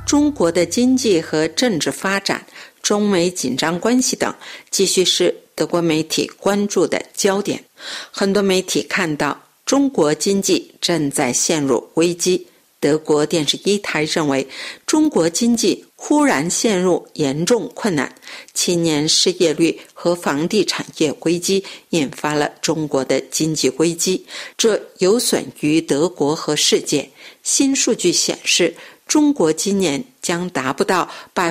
中国的经济和政治发展、中美紧张关系等继续是德国媒体关注的焦点。很多媒体看到中国经济正在陷入危机。德国电视一台认为，中国经济忽然陷入严重困难，青年失业率和房地产业危机引发了中国的经济危机，这有损于德国和世界。新数据显示，中国今年将达不到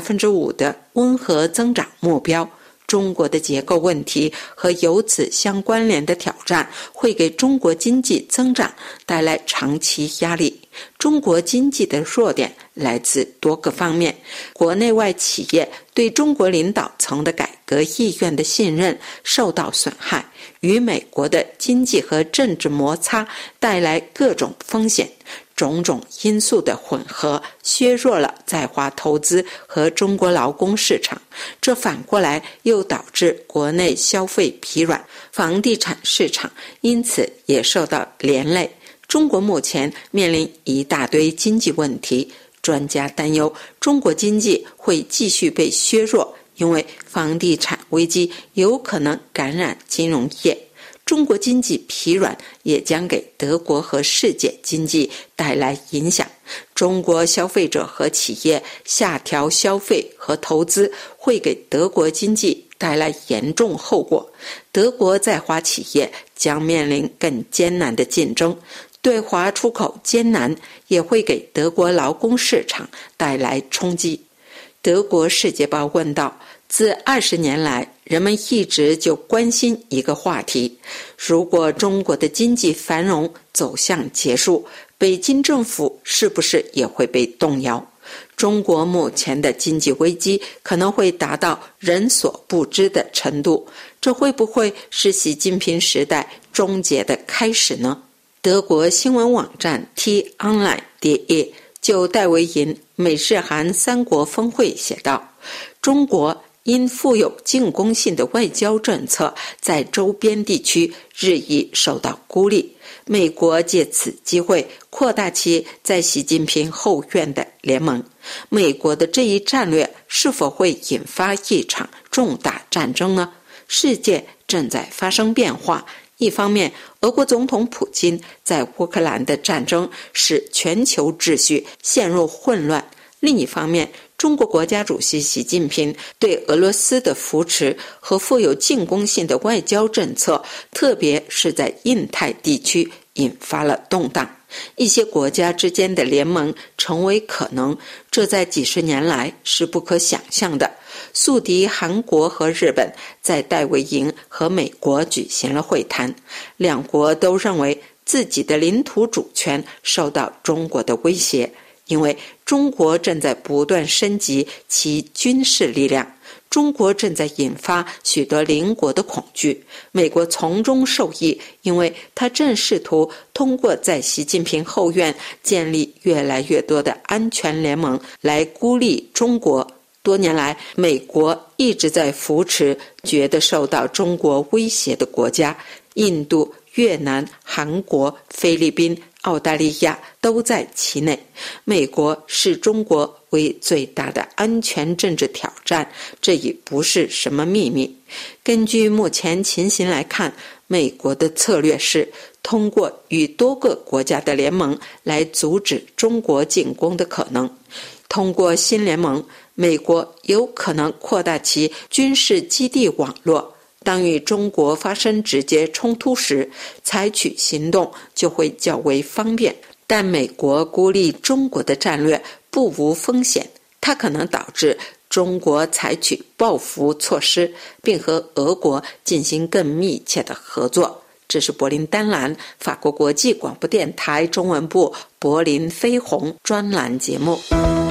5% 的温和增长目标。中国的结构问题和由此相关联的挑战会给中国经济增长带来长期压力。中国经济的弱点来自多个方面，国内外企业对中国领导层的改革意愿的信任受到损害，与美国的经济和政治摩擦带来各种风险。种种因素的混合削弱了在华投资和中国劳工市场，这反过来又导致国内消费疲软，房地产市场因此也受到连累。中国目前面临一大堆经济问题，专家担忧中国经济会继续被削弱，因为房地产危机有可能感染金融业。中国经济疲软也将给德国和世界经济带来影响。中国消费者和企业下调消费和投资，会给德国经济带来严重后果。德国在华企业将面临更艰难的竞争，对华出口艰难，也会给德国劳工市场带来冲击。德国世界报问道，自20年来，人们一直就关心一个话题：如果中国的经济繁荣走向结束，北京政府是不是也会被动摇？中国目前的经济危机可能会达到人所不知的程度，这会不会是习近平时代终结的开始呢？德国新闻网站 T-Online.de 就戴维营美日韩三国峰会写道，中国因富有进攻性的外交政策，在周边地区日益受到孤立。美国借此机会扩大其在习近平后院的联盟。美国的这一战略是否会引发一场重大战争呢？世界正在发生变化。一方面，俄国总统普京在乌克兰的战争使全球秩序陷入混乱；另一方面，中国国家主席习近平对俄罗斯的扶持和富有进攻性的外交政策，特别是在印太地区引发了动荡。一些国家之间的联盟成为可能，这在几十年来是不可想象的。宿敌韩国和日本在戴维营和美国举行了会谈，两国都认为自己的领土主权受到中国的威胁，因为中国正在不断升级其军事力量，中国正在引发许多邻国的恐惧，美国从中受益，因为它正试图通过在习近平后院建立越来越多的安全联盟来孤立中国。多年来，美国一直在扶持觉得受到中国威胁的国家，印度、越南、韩国、菲律宾、澳大利亚都在其内。美国视中国为最大的安全政治挑战，这已不是什么秘密。根据目前情形来看，美国的策略是通过与多个国家的联盟来阻止中国进攻的可能。通过新联盟，美国有可能扩大其军事基地网络，当与中国发生直接冲突时，采取行动就会较为方便。但美国孤立中国的战略不无风险，它可能导致中国采取报复措施，并和俄国进行更密切的合作。这是柏林丹兰法国国际广播电台中文部柏林飞鸿专栏节目。